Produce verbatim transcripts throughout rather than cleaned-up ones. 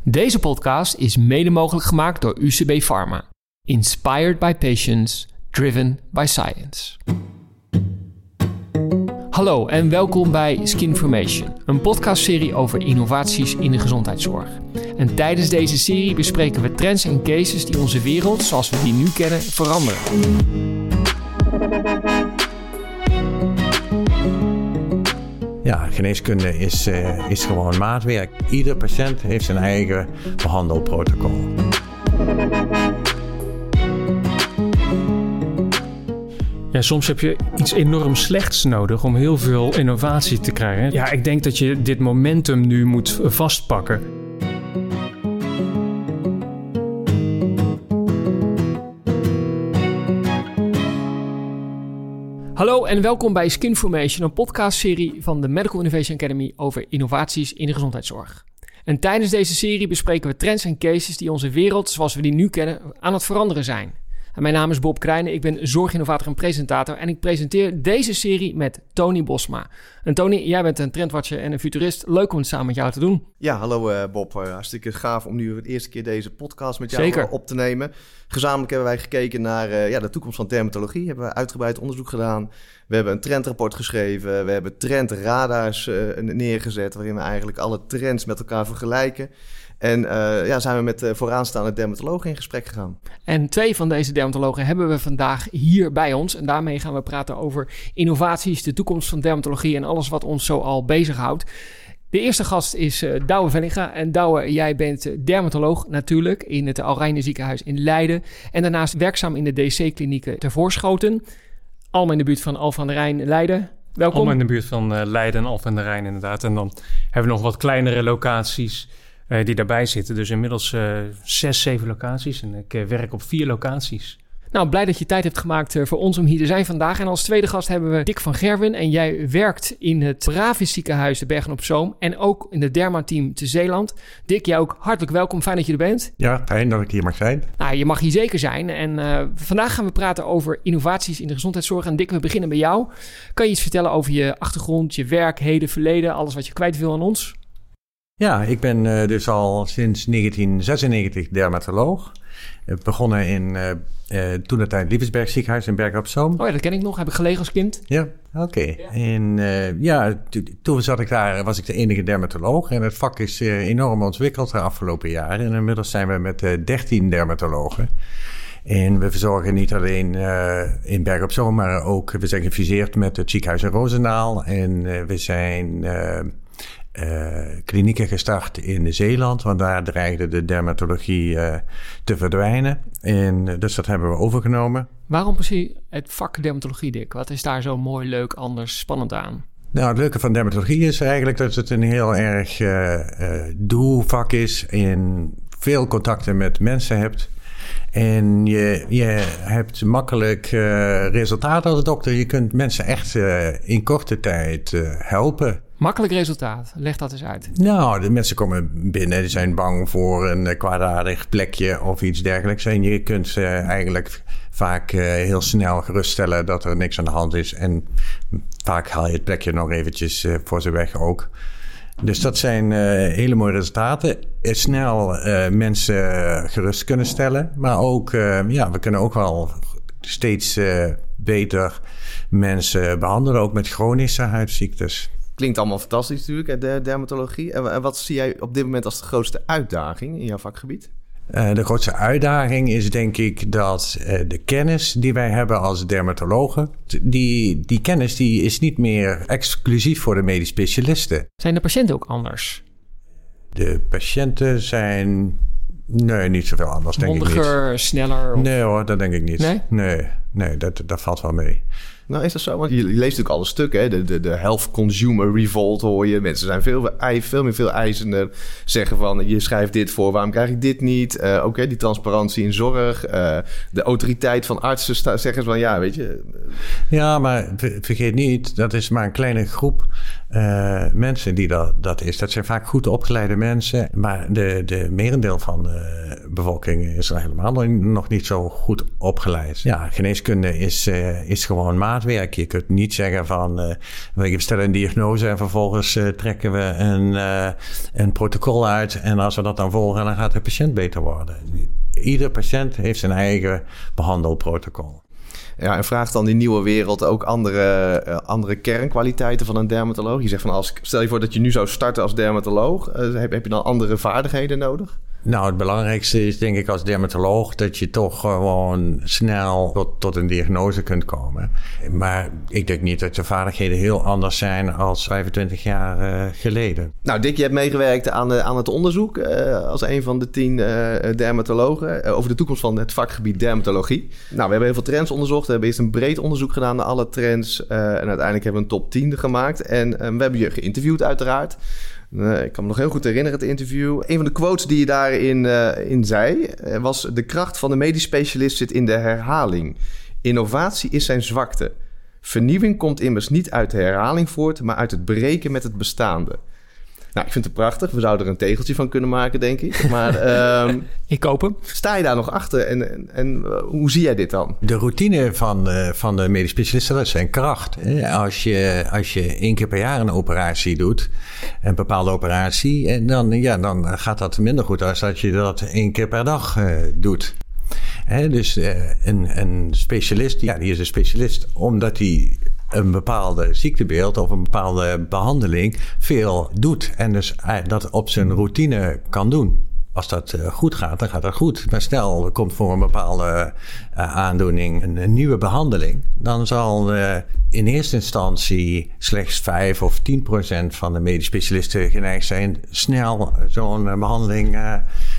Deze podcast is mede mogelijk gemaakt door U C B Pharma. Inspired by patients, driven by science. Hallo en welkom bij Skinformation, een podcastserie over innovaties in de gezondheidszorg. En tijdens deze serie bespreken we trends en cases die onze wereld, zoals we die nu kennen, veranderen. Ja, geneeskunde is, uh, is gewoon maatwerk. Ieder patiënt heeft zijn eigen behandelprotocol. Ja, soms heb je iets enorm slechts nodig om heel veel innovatie te krijgen. Ja, ik denk dat je dit momentum nu moet vastpakken. Hallo en welkom bij Skinformation, een podcastserie van de Medical Innovation Academy over innovaties in de gezondheidszorg. En tijdens deze serie bespreken we trends en cases die onze wereld, zoals we die nu kennen, aan het veranderen zijn. En mijn naam is Bob Krijnen, ik ben zorginnovator en presentator en ik presenteer deze serie met Tony Bosma. En Tony, jij bent een trendwatcher en een futurist. Leuk om het samen met jou te doen. Ja, hallo uh, Bob. Uh, hartstikke gaaf om nu voor de eerste keer deze podcast met jou Zeker. op te nemen. Gezamenlijk hebben wij gekeken naar uh, ja, de toekomst van dermatologie. Hebben we uitgebreid onderzoek gedaan. We hebben een trendrapport geschreven. We hebben trendradars uh, neergezet waarin we eigenlijk alle trends met elkaar vergelijken. En uh, ja, zijn we met uh, vooraanstaande dermatologen in gesprek gegaan. En twee van deze dermatologen hebben we vandaag hier bij ons. En daarmee gaan we praten over innovaties, de toekomst van dermatologie en alles wat ons zo al bezighoudt. De eerste gast is uh, Douwe Vellinga. En Douwe, jij bent dermatoloog natuurlijk in het Alreine Ziekenhuis in Leiden. En daarnaast werkzaam in de D C-klinieken ter Voorschoten. Allemaal in de buurt van Alphen aan de Rijn, Leiden. Welkom. Allemaal in de buurt van uh, Leiden en Alphen aan de Rijn inderdaad. En dan hebben we nog wat kleinere locaties Uh, die daarbij zitten. Dus inmiddels uh, zes, zeven locaties. En ik uh, werk op vier locaties. Nou, blij dat je tijd hebt gemaakt uh, voor ons om hier te zijn vandaag. En als tweede gast hebben we Dick van Gerwen. En jij werkt in het Bravis ziekenhuis de Bergen op Zoom. En ook in het dermateam te Zeeland. Dick, jij ook hartelijk welkom. Fijn dat je er bent. Ja, fijn dat ik hier mag zijn. Nou, je mag hier zeker zijn. En uh, vandaag gaan we praten over innovaties in de gezondheidszorg. En Dick, we beginnen bij jou. Kan je iets vertellen over je achtergrond, je werk, heden, verleden, alles wat je kwijt wil aan ons? Ja, ik ben uh, dus al sinds negentien zesennegentig dermatoloog. Uh, begonnen in uh, uh, toen het tijd Liefdesberg ziekenhuis in Bergen op Zoom. Oh ja, dat ken ik nog. Heb ik gelegen als kind. Ja, oké. Okay. Ja. En uh, ja, to, toen zat ik daar, was ik de enige dermatoloog. En het vak is uh, enorm ontwikkeld de afgelopen jaren. En inmiddels zijn we met uh, dertien dermatologen. En we verzorgen niet alleen uh, in Bergen op Zoom, maar ook, we zijn gefuseerd met het ziekenhuis in Roosendaal. En uh, we zijn Uh, Uh, klinieken gestart in Zeeland, want daar dreigde de dermatologie uh, te verdwijnen. En uh, dus dat hebben we overgenomen. Waarom precies het vak dermatologie, Dick? Wat is daar zo mooi, leuk, anders, spannend aan? Nou, het leuke van dermatologie is eigenlijk dat het een heel erg uh, uh, doelvak is en veel contacten met mensen hebt. En je, je hebt makkelijk uh, resultaten als dokter. Je kunt mensen echt uh, in korte tijd uh, helpen. Makkelijk resultaat. Leg dat eens uit. Nou, de mensen komen binnen, die zijn bang voor een kwaadaardig plekje of iets dergelijks. En je kunt uh, eigenlijk vaak uh, heel snel geruststellen dat er niks aan de hand is. En vaak haal je het plekje nog eventjes uh, voor ze weg ook. Dus dat zijn uh, hele mooie resultaten. Snel uh, mensen gerust kunnen stellen. Maar ook, uh, ja, we kunnen ook wel steeds uh, beter mensen behandelen. Ook met chronische huidziektes. Klinkt allemaal fantastisch natuurlijk, de dermatologie. En wat zie jij op dit moment als de grootste uitdaging in jouw vakgebied? Uh, de grootste uitdaging is denk ik dat uh, de kennis die wij hebben als dermatologen, die, die kennis die is niet meer exclusief voor de medisch specialisten. Zijn de patiënten ook anders? De patiënten zijn, nee, niet zoveel anders, denk ik niet. Mondiger, sneller? Of... Nee hoor, dat denk ik niet. Nee? Nee, nee dat, dat valt wel mee. Nou, is dat zo? Want je, je leest natuurlijk alle stukken, hè? De, de, de health consumer revolt hoor je. Mensen zijn veel, veel meer veel eisender. Zeggen van, je schrijft dit voor, waarom krijg ik dit niet? Uh, Oké, okay, die transparantie in zorg. Uh, de autoriteit van artsen sta, zeggen van, ja, weet je. Ja, maar vergeet niet, dat is maar een kleine groep uh, mensen die dat, dat is. Dat zijn vaak goed opgeleide mensen. Maar de, de merendeel van de bevolking is er helemaal nog niet zo goed opgeleid. Ja, geneeskunde is, uh, is gewoon maatwerk. Je kunt niet zeggen van, uh, we stellen een diagnose en vervolgens uh, trekken we een, uh, een protocol uit. En als we dat dan volgen, dan gaat de patiënt beter worden. Ieder patiënt heeft zijn eigen behandelprotocol. Ja, en vraagt dan die nieuwe wereld ook andere, uh, andere kernkwaliteiten van een dermatoloog? Je zegt van, als, stel je voor dat je nu zou starten als dermatoloog. Uh, heb, heb je dan andere vaardigheden nodig? Nou, het belangrijkste is denk ik als dermatoloog dat je toch gewoon snel tot, tot een diagnose kunt komen. Maar ik denk niet dat de vaardigheden heel anders zijn als vijfentwintig jaar uh, geleden. Nou, Dick, je hebt meegewerkt aan, uh, aan het onderzoek uh, als een van de tien uh, dermatologen uh, over de toekomst van het vakgebied dermatologie. Nou, we hebben heel veel trends onderzocht. We hebben eerst een breed onderzoek gedaan naar alle trends uh, en uiteindelijk hebben we een top tien gemaakt. En uh, we hebben je geïnterviewd uiteraard. Uh, ik kan me nog heel goed herinneren, het interview. Een van de quotes die je daarin uh, in zei uh, was: de kracht van de medisch specialist zit in de herhaling. Innovatie is zijn zwakte. Vernieuwing komt immers niet uit de herhaling voort, maar uit het breken met het bestaande. Nou, ik vind het prachtig. We zouden er een tegeltje van kunnen maken, denk ik. Maar uh, ik koop hem. Sta je daar nog achter en, en, en uh, hoe zie jij dit dan? De routine van, uh, van de medisch specialisten, dat is zijn kracht. Hè? Als je, als je één keer per jaar een operatie doet, een bepaalde operatie, en dan, ja, dan gaat dat minder goed als dat je dat één keer per dag uh, doet. Hè? Dus uh, een, een specialist, ja, die is een specialist omdat hij een bepaalde ziektebeeld of een bepaalde behandeling veel doet. En dus dat op zijn routine kan doen. Als dat goed gaat, dan gaat dat goed. Maar stel, er komt voor een bepaalde uh, aandoening een, een nieuwe behandeling. Dan zal uh, in eerste instantie slechts vijf of tien procent van de medisch specialisten geneigd zijn snel zo'n uh, behandeling uh,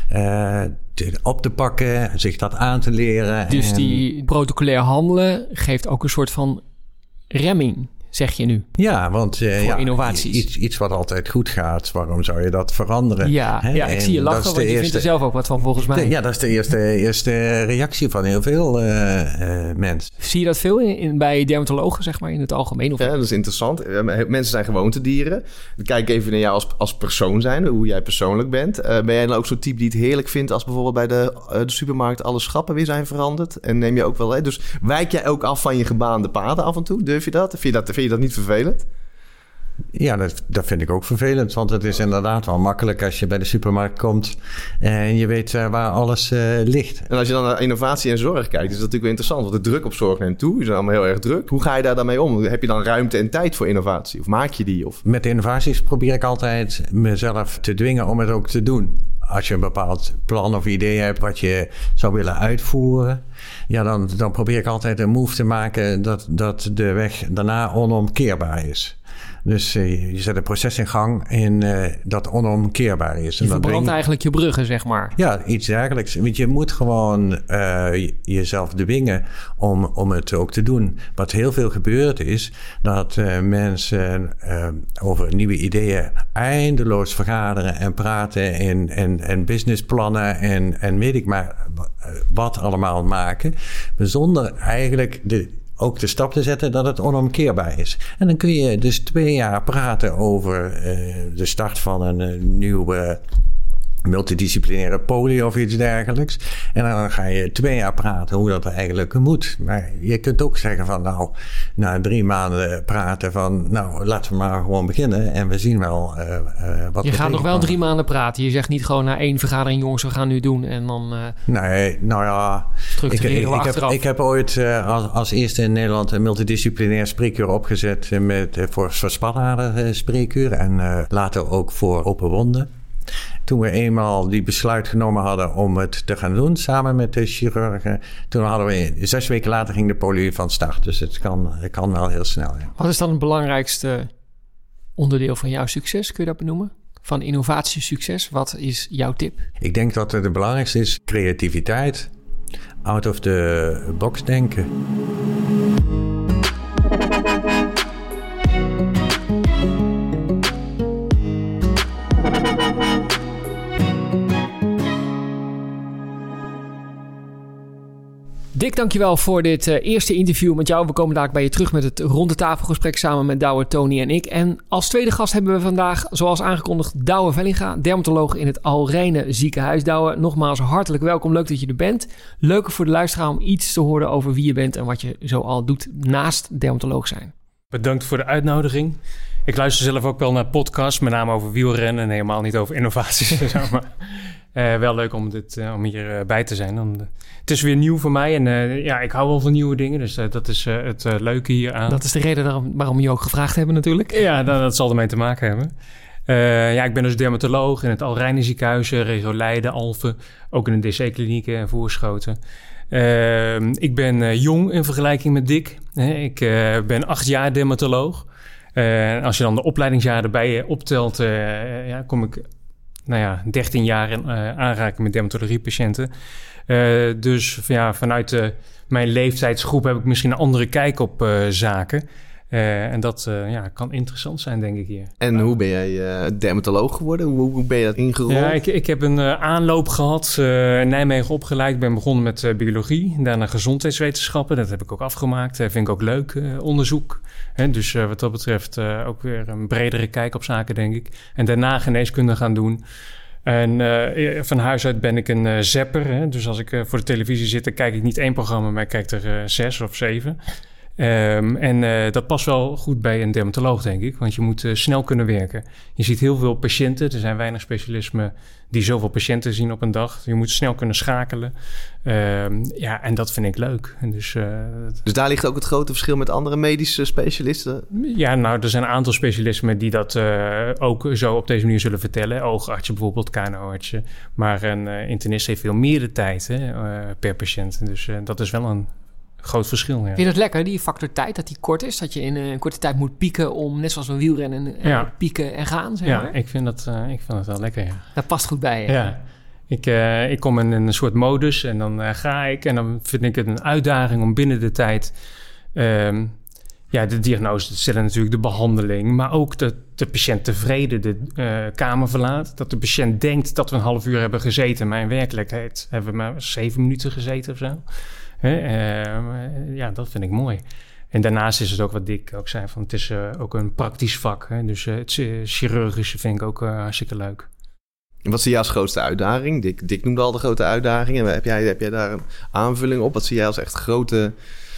uh, te, op te pakken, zich dat aan te leren. Dus en die protocolair handelen geeft ook een soort van remming, zeg je nu. Ja, want uh, voor ja, innovaties. Iets, iets wat altijd goed gaat, waarom zou je dat veranderen? Ja, ja ik zie je lachen, want je eerste, vindt er zelf ook wat van volgens mij. De, ja, dat is de eerste, eerste reactie van heel veel uh, uh, mensen. Zie je dat veel in, in, bij dermatologen, zeg maar, in het algemeen? Of? Ja, dat is interessant. Mensen zijn gewoontedieren. Kijk even naar jou als, als persoon zijn, hoe jij persoonlijk bent. Uh, ben jij dan ook zo'n type die het heerlijk vindt als bijvoorbeeld bij de, uh, de supermarkt alle schappen weer zijn veranderd? En neem je ook wel, hè? Dus wijk jij ook af van je gebaande paden af en toe? Durf je dat? Vind je dat, vind je dat niet vervelend? Ja, dat, dat vind ik ook vervelend. Want het is inderdaad wel makkelijk als je bij de supermarkt komt en je weet uh, waar alles uh, ligt. En als je dan naar innovatie en zorg kijkt, is dat natuurlijk wel interessant. Want de druk op zorg neemt toe. Je bent allemaal heel erg druk. Hoe ga je daar dan mee om? Heb je dan ruimte en tijd voor innovatie? Of maak je die? Of? Met innovaties probeer ik altijd mezelf te dwingen om het ook te doen. Als je een bepaald plan of idee hebt wat je zou willen uitvoeren, ja, dan, dan probeer ik altijd een move te maken dat, dat de weg daarna onomkeerbaar is. Dus uh, je zet een proces in gang en uh, dat onomkeerbaar is. Je verbrandt brengt eigenlijk je bruggen, zeg maar. Ja, iets dergelijks. Want je moet gewoon uh, jezelf dwingen om, om het ook te doen. Wat heel veel gebeurt is dat uh, mensen uh, over nieuwe ideeën eindeloos vergaderen en praten en, en, en businessplannen en, en weet ik maar wat allemaal maken. Zonder eigenlijk de ook de stap te zetten dat het onomkeerbaar is. En dan kun je dus twee jaar praten over uh, de start van een uh, nieuwe multidisciplinaire poli of iets dergelijks. En dan ga je twee jaar praten hoe dat eigenlijk moet. Maar je kunt ook zeggen van nou, na drie maanden praten van nou, laten we maar gewoon beginnen en we zien wel uh, uh, wat je gaat nog wel drie maanden praten. Je zegt niet gewoon na één vergadering, jongens, we gaan nu doen en dan uh, nee, nou ja, structureren ik, we ik, achteraf. Heb, ik heb ooit uh, als, als eerste in Nederland een multidisciplinair spreekuur opgezet met, uh, voor, voor spatader uh, spreekuur en uh, later ook voor open wonden. Toen we eenmaal die besluit genomen hadden om het te gaan doen, samen met de chirurgen, toen hadden we zes weken later ging de poli van start. Dus het kan, het kan wel heel snel. Ja. Wat is dan het belangrijkste onderdeel van jouw succes? Kun je dat benoemen? Van innovatiesucces, wat is jouw tip? Ik denk dat het belangrijkste is creativiteit. Out of the box denken. Dick, dankjewel voor dit uh, eerste interview met jou. We komen daar bij je terug met het ronde tafelgesprek samen met Douwe, Tony en ik. En als tweede gast hebben we vandaag, zoals aangekondigd, Douwe Vellinga, dermatoloog in het Alrene ziekenhuis. Douwe, nogmaals hartelijk welkom. Leuk dat je er bent. Leuk voor de luisteraar om iets te horen over wie je bent en wat je zo al doet naast dermatoloog zijn. Bedankt voor de uitnodiging. Ik luister zelf ook wel naar podcasts, met name over wielrennen en helemaal niet over innovaties. Zeg maar. uh, wel leuk om, dit, uh, om hier uh, bij te zijn. Om de, het is weer nieuw voor mij en uh, ja, ik hou wel van nieuwe dingen. Dus uh, dat is uh, het uh, leuke hier aan. Dat is de reden waarom, waarom we je ook gevraagd hebben natuurlijk. Ja, dat, dat zal ermee te maken hebben. Uh, ja, ik ben dus dermatoloog in het Alrene ziekenhuis, regio Leiden, Alphen. Ook in de D C-kliniek en Voorschoten. Uh, ik ben uh, jong in vergelijking met Dick. Uh, ik uh, ben acht jaar dermatoloog. Uh, als je dan de opleidingsjaren erbij optelt, uh, ja, kom ik nou ja, dertien jaar in uh, aanraking met dermatologiepatiënten. Uh, dus ja, vanuit uh, mijn leeftijdsgroep heb ik misschien een andere kijk op uh, zaken. Uh, en dat uh, ja, kan interessant zijn, denk ik hier. En hoe ben jij uh, dermatoloog geworden? Hoe, hoe ben je dat ingerold? Ja, ik, ik heb een uh, aanloop gehad, uh, in Nijmegen opgeleid. Ik ben begonnen met uh, biologie, daarna gezondheidswetenschappen. Dat heb ik ook afgemaakt. Dat vind ik ook leuk, uh, onderzoek. Hè, dus uh, wat dat betreft uh, ook weer een bredere kijk op zaken, denk ik. En daarna geneeskunde gaan doen. En uh, van huis uit ben ik een uh, zapper. Hè? Dus als ik uh, voor de televisie zit, dan kijk ik niet één programma, maar ik kijk er uh, zes of zeven. Um, en uh, dat past wel goed bij een dermatoloog, denk ik. Want je moet uh, snel kunnen werken. Je ziet heel veel patiënten. Er zijn weinig specialismen die zoveel patiënten zien op een dag. Je moet snel kunnen schakelen. Um, ja, en dat vind ik leuk. En dus, uh, dus daar ligt ook het grote verschil met andere medische specialisten? Ja, nou, er zijn een aantal specialismen die dat uh, ook zo op deze manier zullen vertellen. Oogartsen bijvoorbeeld, K N O-artsen. Maar een uh, internist heeft veel meer de tijd hè, uh, per patiënt. Dus uh, dat is wel een groot verschil, ja. Vind je dat lekker, die factor tijd, dat die kort is? Dat je in een korte tijd moet pieken om, net zoals een wielrennen, ja. pieken en gaan, zeg ja, maar? ik vind dat, uh, ik vind dat wel lekker, ja. Dat past goed bij je. Ja, ik, uh, ik kom in een soort modus en dan uh, ga ik... en dan vind ik het een uitdaging om binnen de tijd... Um, ja, de diagnose te stellen, natuurlijk de behandeling... maar ook dat de patiënt tevreden de uh, kamer verlaat. Dat de patiënt denkt dat we een half uur hebben gezeten... maar in werkelijkheid hebben we maar zeven minuten gezeten of zo. He, uh, ja, dat vind ik mooi. En daarnaast is het ook wat Dick ook zei, van het is uh, ook een praktisch vak. Hè? Dus uh, het uh, chirurgische vind ik ook uh, hartstikke leuk. En wat zie jij als grootste uitdaging? Dick, Dick noemde al de grote uitdagingen. Heb jij, heb jij daar een aanvulling op? Wat zie jij als echt grote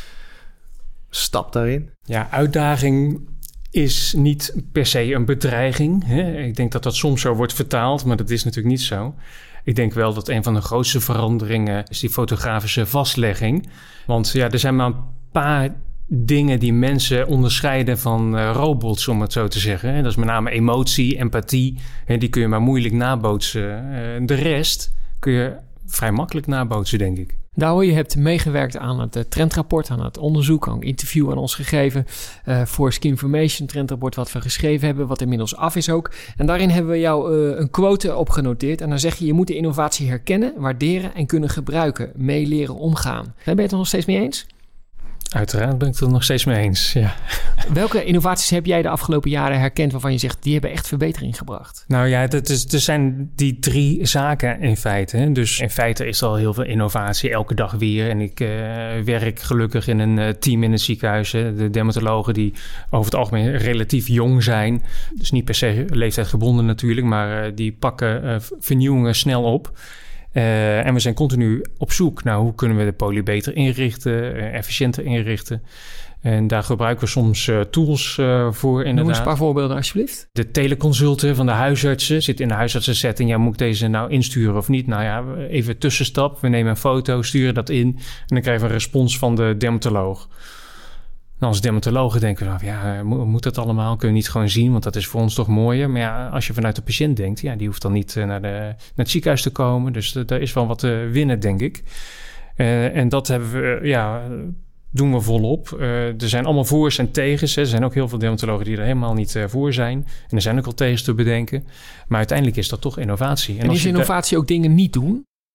stap daarin? Ja, uitdaging is niet per se een bedreiging. Hè? Ik denk dat dat soms zo wordt vertaald, maar dat is natuurlijk niet zo. Ik denk wel dat een van de grootste veranderingen is die fotografische vastlegging. Want ja, er zijn maar een paar dingen die mensen onderscheiden van uh, robots, om het zo te zeggen. En dat is met name emotie, empathie. En die kun je maar moeilijk nabootsen. Uh, de rest kun je vrij makkelijk nabootsen, denk ik. Douwe, je hebt meegewerkt aan het uh, trendrapport, aan het onderzoek, aan een interview aan ons gegeven uh, voor Skinformation, trendrapport wat we geschreven hebben, wat inmiddels af is ook. En daarin hebben we jou uh, een quote opgenoteerd en dan zeg je, je moet de innovatie herkennen, waarderen en kunnen gebruiken, mee leren omgaan. Ben je het er nog steeds mee eens? Uiteraard ben ik het er nog steeds mee eens, ja. Welke innovaties heb jij de afgelopen jaren herkend waarvan je zegt, die hebben echt verbetering gebracht? Nou ja, dat is, er zijn die drie zaken in feite. Hè. Dus in feite is er al heel veel innovatie, elke dag weer. En ik uh, werk gelukkig in een uh, team in het ziekenhuis. Hè. De dermatologen die over het algemeen relatief jong zijn. Dus niet per se leeftijdgebonden natuurlijk, maar uh, die pakken uh, vernieuwingen snel op. Uh, en we zijn continu op zoek naar hoe kunnen we de poli beter inrichten, uh, efficiënter inrichten. En daar gebruiken we soms uh, tools uh, voor inderdaad. Noem eens een paar voorbeelden alsjeblieft. De teleconsulten van de huisartsen. Zit in de huisartsensetting. Ja, moet ik deze nou insturen of niet? Nou ja, even tussenstap. We nemen een foto, sturen dat in. En dan krijgen we een respons van de dermatoloog. Nou, als dermatologen denken we, ja, moet dat allemaal? Kunnen we niet gewoon zien, want dat is voor ons toch mooier. Maar ja, als je vanuit de patiënt denkt, ja, die hoeft dan niet naar, de, naar het ziekenhuis te komen. Dus daar is wel wat te winnen, denk ik. Uh, en dat hebben we, ja, doen we volop. Uh, er zijn allemaal voor's en tegens. Hè. Er zijn ook heel veel dermatologen die er helemaal niet uh, voor zijn. En er zijn ook al tegens te bedenken. Maar uiteindelijk is dat toch innovatie. En, en is innovatie da- ook dingen niet doen?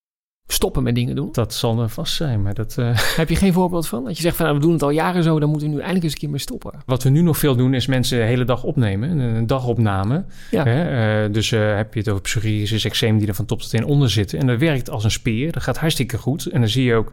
stoppen met dingen doen? Dat zal er vast zijn, maar dat... Uh... Heb je geen voorbeeld van? Dat je zegt van, nou, we doen het al jaren zo, dan moeten we nu eindelijk eens een keer mee stoppen. Wat we nu nog veel doen, is mensen de hele dag opnemen. Een dagopname. Ja. Hè? Uh, dus uh, heb je het over psoriasis, eczeem die er van top tot teen onder zitten. En dat werkt als een speer. Dat gaat hartstikke goed. En dan zie je ook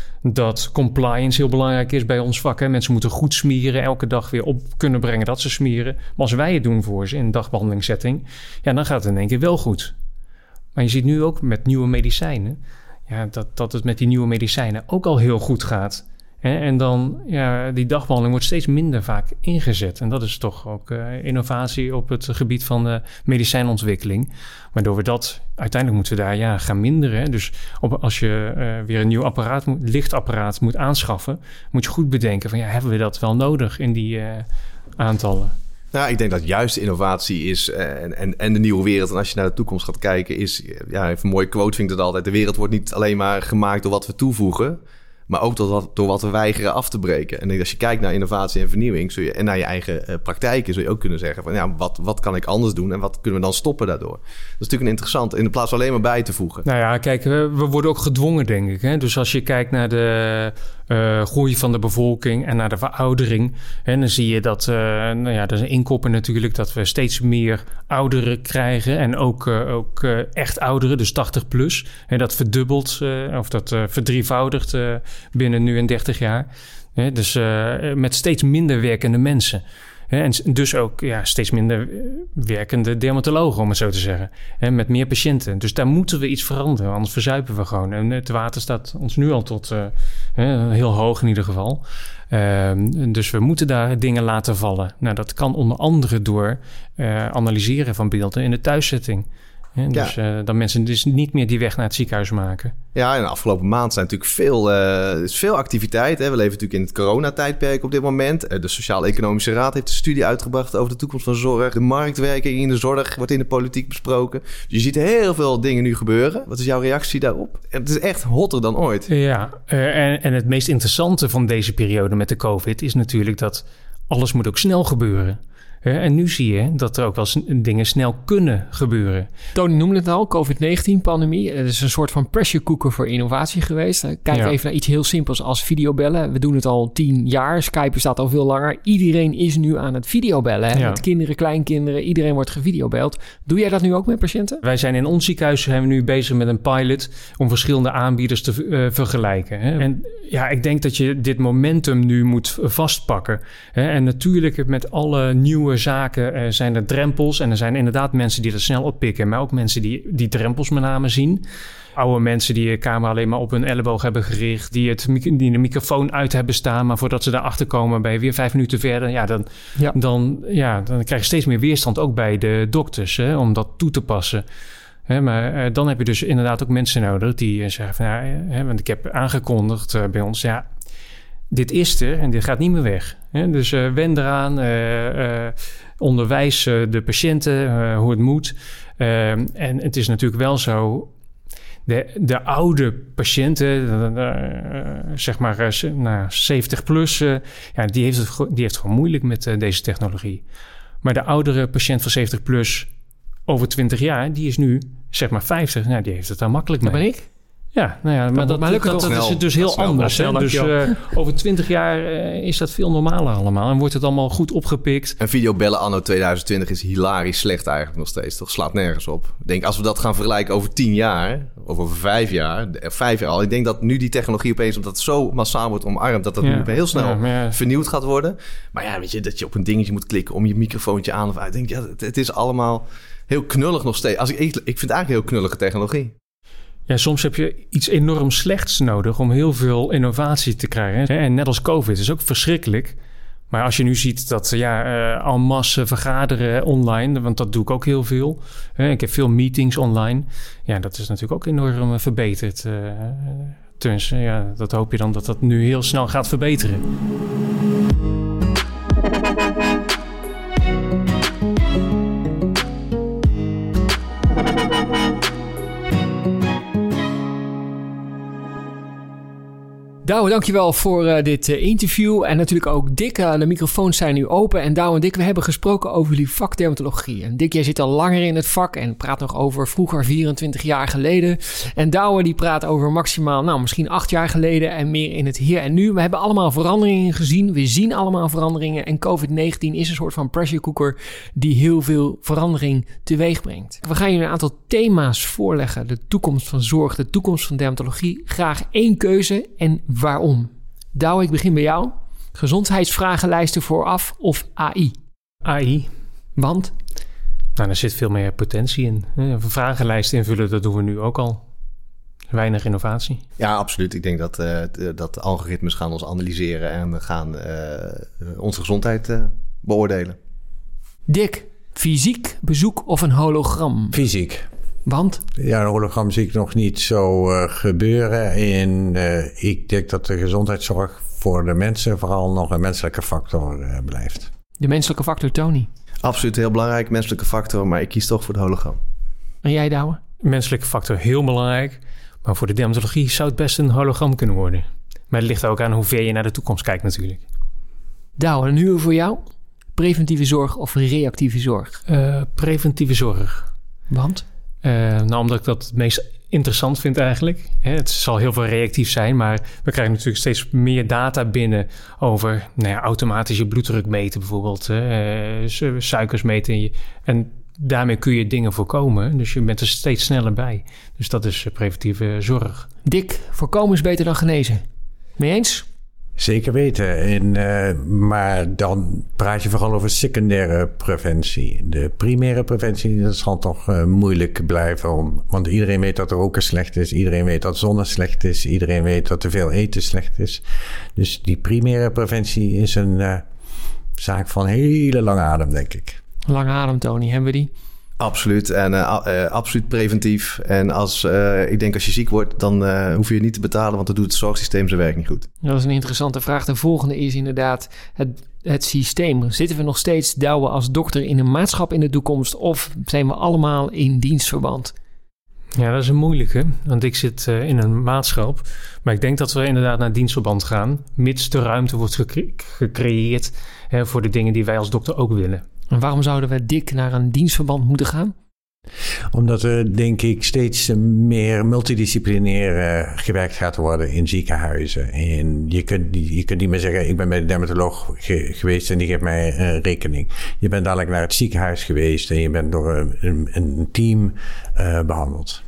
dat compliance heel belangrijk is bij ons vak. Hè? Mensen moeten goed smeren, elke dag weer op kunnen brengen dat ze smeren. Maar als wij het doen voor ze in een dagbehandelingssetting, ja, dan gaat het in één keer wel goed. Maar je ziet nu ook met nieuwe medicijnen, ja, dat, dat het met die nieuwe medicijnen ook al heel goed gaat. Hè? En dan, ja, die dagbehandeling wordt steeds minder vaak ingezet. En dat is toch ook uh, innovatie op het gebied van uh, medicijnontwikkeling. Waardoor we dat, uiteindelijk moeten we daar ja, gaan minderen. Hè? Dus op, als je uh, weer een nieuw apparaat, moet, lichtapparaat moet aanschaffen, moet je goed bedenken van, ja, hebben we dat wel nodig in die uh, aantallen? Nou, ik denk dat juist innovatie is en, en, en de nieuwe wereld. En als je naar de toekomst gaat kijken, is, ja, even een mooie quote vind ik dat altijd. De wereld wordt niet alleen maar gemaakt door wat we toevoegen, maar ook door wat, door wat we weigeren af te breken. En als je kijkt naar innovatie en vernieuwing zul je, en naar je eigen uh, praktijken, zul je ook kunnen zeggen van, ja, wat, wat kan ik anders doen en wat kunnen we dan stoppen daardoor? Dat is natuurlijk een interessant, in plaats van alleen maar bij te voegen. Nou ja, kijk, we, we worden ook gedwongen, denk ik. Hè? Dus als je kijkt naar de uh, groei van de bevolking en naar de veroudering, hè, dan zie je dat, uh, nou ja, dat is een inkopper natuurlijk, dat we steeds meer ouderen krijgen en ook, uh, ook uh, echt ouderen, dus tachtig plus. En dat verdubbelt, uh, of dat uh, verdrievoudigt uh, binnen nu en dertig jaar. Hè? Dus uh, met steeds minder werkende mensen. En dus ook ja, steeds minder werkende dermatologen, om het zo te zeggen. En met meer patiënten. Dus daar moeten we iets veranderen, anders verzuipen we gewoon. En het water staat ons nu al tot uh, heel hoog in ieder geval. Uh, dus we moeten daar dingen laten vallen. Nou, dat kan onder andere door uh, analyseren van beelden in de thuiszetting. Ja, dus ja. uh, dat mensen dus niet meer die weg naar het ziekenhuis maken. Ja, in de afgelopen maand zijn natuurlijk veel, uh, is veel activiteit. Hè. We leven natuurlijk in het coronatijdperk op dit moment. Uh, de Sociaal-Economische Raad heeft een studie uitgebracht over de toekomst van zorg. De marktwerking in de zorg wordt in de politiek besproken. Dus je ziet heel veel dingen nu gebeuren. Wat is jouw reactie daarop? Het is echt hotter dan ooit. Ja, uh, en, en het meest interessante van deze periode met de COVID is natuurlijk dat alles moet ook snel gebeuren. En nu zie je dat er ook wel dingen snel kunnen gebeuren. Tony noemde het al, covid negentien pandemie. Het is een soort van pressure cooker voor innovatie geweest. Kijk ja. even naar iets heel simpels als videobellen. We doen het al tien jaar. Skype bestaat al veel langer. Iedereen is nu aan het videobellen. Hè? Ja. Met kinderen, kleinkinderen. Iedereen wordt gevideobeld. Doe jij dat nu ook met patiënten? Wij zijn in ons ziekenhuis zijn we nu bezig met een pilot om verschillende aanbieders te uh, vergelijken. Hè? En ja, ik denk dat je dit momentum nu moet vastpakken. Hè? En natuurlijk met alle nieuwe zaken uh, zijn er drempels. En er zijn inderdaad mensen die dat snel oppikken. Maar ook mensen die die drempels met name zien. Oude mensen die de camera alleen maar op hun elleboog hebben gericht. Die, het, die de microfoon uit hebben staan. Maar voordat ze daarachter komen ben je weer vijf minuten verder. Ja, dan, ja. Dan, ja, dan krijg je steeds meer weerstand ook bij de dokters. Hè, om dat toe te passen. He, maar uh, dan heb je dus inderdaad ook mensen nodig die uh, zeggen van... Ja, hè, want ik heb aangekondigd uh, bij ons... ja. Dit is er en dit gaat niet meer weg. Hè? Dus uh, wen eraan, uh, uh, onderwijs uh, de patiënten uh, hoe het moet. Uh, en het is natuurlijk wel zo... De, de oude patiënten, uh, uh, zeg maar uh, nou, zeventig plus... Uh, ja, die, heeft het, die heeft het gewoon moeilijk met uh, deze technologie. Maar de oudere patiënt van zeventig plus over twintig jaar... die is nu zeg maar vijftig. Nou, die heeft het daar makkelijk mee. Dat ben ik. Ja, nou ja, maar dat, maar dat, dat, dat is dus heel anders. Hè? Dus uh, over twintig jaar uh, is dat veel normaler allemaal. En wordt het allemaal goed opgepikt. En videobellen anno tweeduizend twintig is hilarisch slecht eigenlijk nog steeds. Dat slaat nergens op. Ik denk, als we dat gaan vergelijken over tien jaar... of over vijf jaar, vijf jaar al... ik denk dat nu die technologie opeens... omdat het zo massaal wordt omarmd... dat dat ja. nu heel snel ja, ja. vernieuwd gaat worden. Maar ja, weet je, dat je op een dingetje moet klikken... om je microfoontje aan of uit. Ik denk, ja, het, het is allemaal heel knullig nog steeds. Als ik, ik vind het eigenlijk heel knullige technologie. Ja, soms heb je iets enorm slechts nodig om heel veel innovatie te krijgen. En net als COVID is ook verschrikkelijk. Maar als je nu ziet dat ja, uh, en masse vergaderen online, want dat doe ik ook heel veel. Uh, ik heb veel meetings online. Ja, dat is natuurlijk ook enorm verbeterd. Uh, dus ja, dat hoop je dan dat dat nu heel snel gaat verbeteren. Douwe, dankjewel voor uh, dit uh, interview. En natuurlijk ook Dick, uh, de microfoons zijn nu open. En Douwe en Dick, we hebben gesproken over jullie vak dermatologie. En Dick, jij zit al langer in het vak en praat nog over vroeger, vierentwintig jaar geleden. En Douwe die praat over maximaal, nou misschien acht jaar geleden en meer in het hier en nu. We hebben allemaal veranderingen gezien. We zien allemaal veranderingen. En covid negentien is een soort van pressure cooker die heel veel verandering teweeg brengt. We gaan jullie een aantal thema's voorleggen. De toekomst van zorg, de toekomst van dermatologie. Graag één keuze en waarom? Douwe, ik begin bij jou. Gezondheidsvragenlijsten vooraf of A I? A I. Want? Nou, er zit veel meer potentie in. Een vragenlijst invullen, dat doen we nu ook al. Weinig innovatie. Ja, absoluut. Ik denk dat, uh, dat algoritmes gaan ons analyseren en gaan uh, onze gezondheid uh, beoordelen. Dick, fysiek bezoek of een hologram? Fysiek. Want? Ja, een hologram zie ik nog niet zo uh, gebeuren. En uh, ik denk dat de gezondheidszorg voor de mensen vooral nog een menselijke factor uh, blijft. De menselijke factor, Tony? Absoluut, heel belangrijk, menselijke factor. Maar ik kies toch voor de hologram. En jij, Douwe? Menselijke factor, heel belangrijk. Maar voor de dermatologie zou het best een hologram kunnen worden. Maar het ligt ook aan hoe ver je naar de toekomst kijkt natuurlijk. Douwe, en nu voor jou? Preventieve zorg of reactieve zorg? Uh, preventieve zorg. Want? Uh, nou, omdat ik dat het meest interessant vind eigenlijk. Hè, het zal heel veel reactief zijn, maar we krijgen natuurlijk steeds meer data binnen over nou ja, automatische bloeddruk meten bijvoorbeeld. Uh, suikers meten. En daarmee kun je dingen voorkomen. Dus je bent er steeds sneller bij. Dus dat is preventieve zorg. Dick, voorkomen is beter dan genezen. Mee eens? Zeker weten. En, uh, maar dan praat je vooral over secundaire preventie. De primaire preventie, dat zal toch uh, moeilijk blijven. Om, want iedereen weet dat roken slecht is. Iedereen weet dat zonne slecht is. Iedereen weet dat te veel eten slecht is. Dus die primaire preventie is een uh, zaak van hele lange adem, denk ik. Lange adem, Tony. Hebben we die? Absoluut. En uh, uh, absoluut preventief. En als, uh, ik denk als je ziek wordt, dan uh, hoef je het niet te betalen, want dan doet het zorgsysteem zijn werk niet goed. Dat is een interessante vraag. De volgende is inderdaad het, het systeem. Zitten we nog steeds, Douwe, als dokter in een maatschap in de toekomst of zijn we allemaal in dienstverband? Ja, dat is een moeilijke, want ik zit uh, in een maatschap. Maar ik denk dat we inderdaad naar dienstverband gaan, mits de ruimte wordt gecre- gecreëerd hè, voor de dingen die wij als dokter ook willen. En waarom zouden we dik naar een dienstverband moeten gaan? Omdat er, denk ik, steeds meer multidisciplinair uh, gewerkt gaat worden in ziekenhuizen. En je kunt, je kunt niet meer zeggen, ik ben bij de dermatoloog ge- geweest en die geeft mij een rekening. Je bent dadelijk naar het ziekenhuis geweest en je bent door een, een, een team uh, behandeld.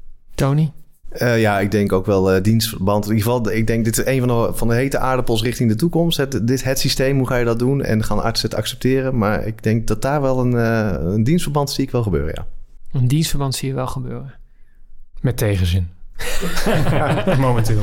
Tony? Uh, ja, ik denk ook wel uh, dienstverband. In ieder geval, ik denk dit is een van de, van de hete aardappels richting de toekomst. Het, dit, het systeem, hoe ga je dat doen? En gaan artsen het accepteren? Maar ik denk dat daar wel een, uh, een dienstverband zie ik wel gebeuren, ja. Een dienstverband zie je wel gebeuren. Met tegenzin. Momenteel.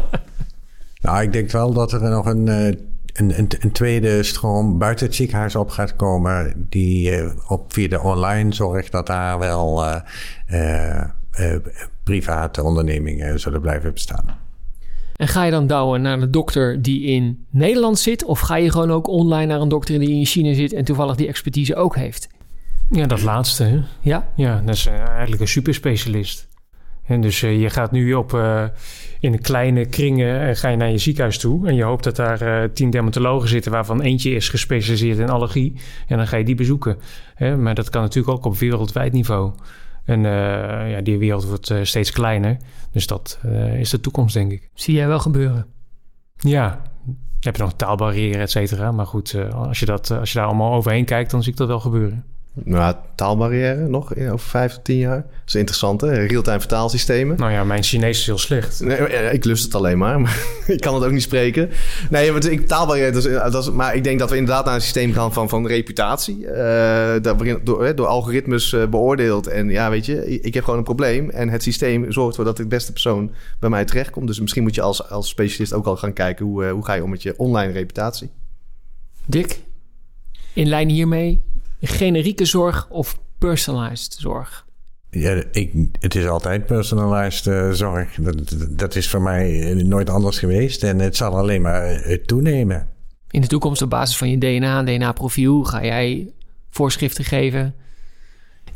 Nou, ik denk wel dat er nog een, een, een, een tweede stroom buiten het ziekenhuis op gaat komen. Die uh, op via de online zorg, dat daar wel uh, uh, uh, private ondernemingen zullen blijven bestaan. En ga je dan douwen naar de dokter die in Nederland zit? Of ga je gewoon ook online naar een dokter die in China zit en toevallig die expertise ook heeft? Ja, dat laatste. Hè? Ja? Ja, dat is uh, eigenlijk een superspecialist. En dus uh, je gaat nu op uh, in kleine kringen uh, ga je naar je ziekenhuis toe. En je hoopt dat daar uh, tien dermatologen zitten, waarvan eentje is gespecialiseerd in allergie. En dan ga je die bezoeken. Hè? Maar dat kan natuurlijk ook op wereldwijd niveau. En uh, ja, die wereld wordt uh, steeds kleiner. Dus dat uh, is de toekomst, denk ik. Zie jij wel gebeuren? Ja, je hebt nog taalbarrière, et cetera. Maar goed, uh, als, je dat, uh, als je daar allemaal overheen kijkt, dan zie ik dat wel gebeuren. Nou, taalbarrière nog in, over vijf tot tien jaar. Dat is interessant, hè? Real-time vertaalsystemen. Nou ja, mijn Chinees is heel slecht. Nee, ik lust het alleen maar, maar ik kan het ook niet spreken. Nee, maar ik, taalbarrière, dat is, dat is, maar ik denk dat we inderdaad naar een systeem gaan van, van reputatie. Uh, daar, door, door algoritmes uh, beoordeeld. En ja, weet je, ik heb gewoon een probleem. En het systeem zorgt ervoor dat de beste persoon bij mij terechtkomt. Dus misschien moet je als, als specialist ook al gaan kijken... hoe, uh, hoe ga je om met je online reputatie. Dick, in lijn hiermee... generieke zorg of personalized zorg? Ja, ik, het is altijd personalized uh, zorg. Dat, dat is voor mij nooit anders geweest. En het zal alleen maar uh, toenemen. In de toekomst op basis van je D N A, D N A-profiel... ga jij voorschriften geven?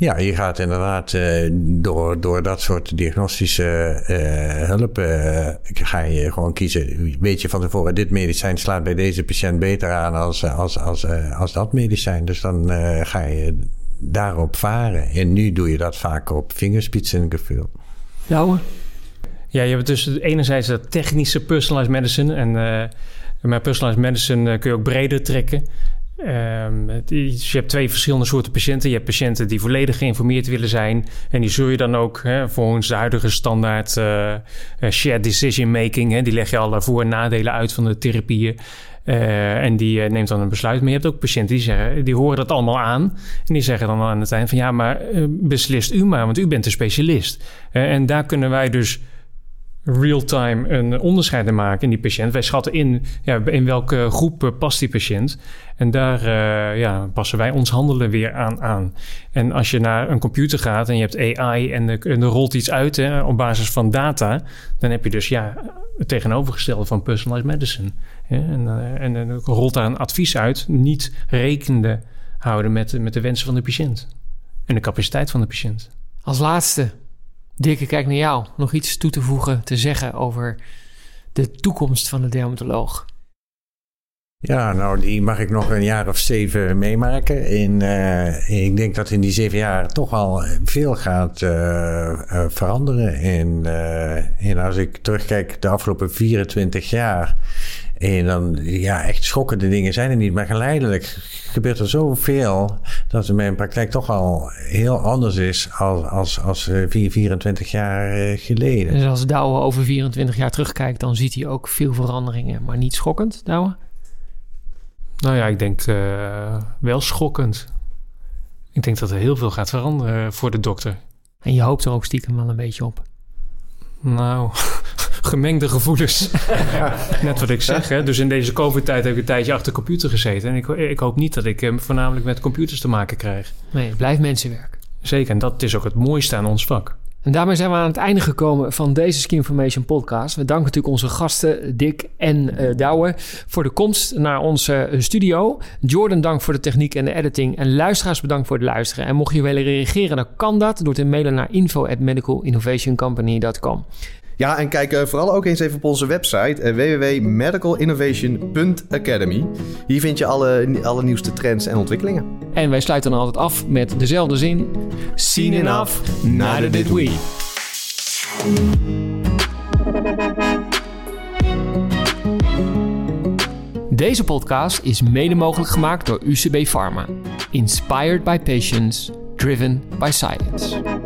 Ja, je gaat inderdaad uh, door, door dat soort diagnostische uh, hulp... Uh, ga je gewoon kiezen. Weet je van tevoren, dit medicijn slaat bij deze patiënt beter aan als, als, als, uh, als dat medicijn. Dus dan uh, ga je daarop varen. En nu doe je dat vaak op vingerspitsengevoel. Jouwe? Ja, je hebt dus enerzijds dat technische personalized medicine. En uh, met personalized medicine uh, kun je ook breder trekken. Um, dus je hebt twee verschillende soorten patiënten. Je hebt patiënten die volledig geïnformeerd willen zijn. En die zul je dan ook hè, volgens de huidige standaard uh, shared decision making. Hè, die leg je alle voor- en nadelen uit van de therapieën. Uh, en die uh, neemt dan een besluit. Maar je hebt ook patiënten die zeggen, die horen dat allemaal aan. En die zeggen dan aan het eind van ja, maar uh, beslist u maar, want u bent de specialist. Uh, en daar kunnen wij dus real-time een onderscheid in maken in die patiënt. Wij schatten in ja, in welke groep uh, past die patiënt. En daar uh, ja, passen wij ons handelen weer aan, aan. En als je naar een computer gaat en je hebt A I en, de, en er rolt iets uit hè, op basis van data, dan heb je dus ja, het tegenovergestelde van personalized medicine. Ja, en, uh, en dan rolt daar een advies uit, niet rekende houden met, met de wensen van de patiënt en de capaciteit van de patiënt. Als laatste, Dick, ik kijk naar jou. Nog iets toe te voegen, te zeggen over de toekomst van de dermatoloog? Ja, nou, die mag ik nog een jaar of zeven meemaken. En uh, ik denk dat in die zeven jaar toch al veel gaat uh, uh, veranderen. En, uh, en als ik terugkijk de afgelopen vierentwintig jaar... En dan, ja, echt schokkende dingen zijn er niet. Maar geleidelijk gebeurt er zoveel dat mijn praktijk toch al heel anders is als, als, als vierentwintig jaar geleden. Dus als Douwe over vierentwintig jaar terugkijkt, dan ziet hij ook veel veranderingen. Maar niet schokkend, Douwe? Nou ja, ik denk uh, wel schokkend. Ik denk dat er heel veel gaat veranderen voor de dokter. En je hoopt er ook stiekem wel een beetje op? Nou, gemengde gevoelens. Net wat ik zeg. Hè? Dus in deze COVID-tijd heb ik een tijdje achter de computer gezeten. En ik, ik hoop niet dat ik uh, voornamelijk met computers te maken krijg. Nee, het blijft mensenwerk. Zeker, en dat is ook het mooiste aan ons vak. En daarmee zijn we aan het einde gekomen van deze Skinformation podcast. We danken natuurlijk onze gasten Dick en uh, Douwe voor de komst naar onze studio. Jordan, dank voor de techniek en de editing. En luisteraars, bedankt voor het luisteren. En mocht je willen reageren, dan kan dat door te mailen naar info at medical innovation company dot com. Ja, en kijk uh, vooral ook eens even op onze website uh, w w w punt medical innovation punt academy. Hier vind je alle, alle nieuwste trends en ontwikkelingen. En wij sluiten dan altijd af met dezelfde zin. Seen enough, neither did we. Deze podcast is mede mogelijk gemaakt door U C B Pharma. Inspired by patients, driven by science.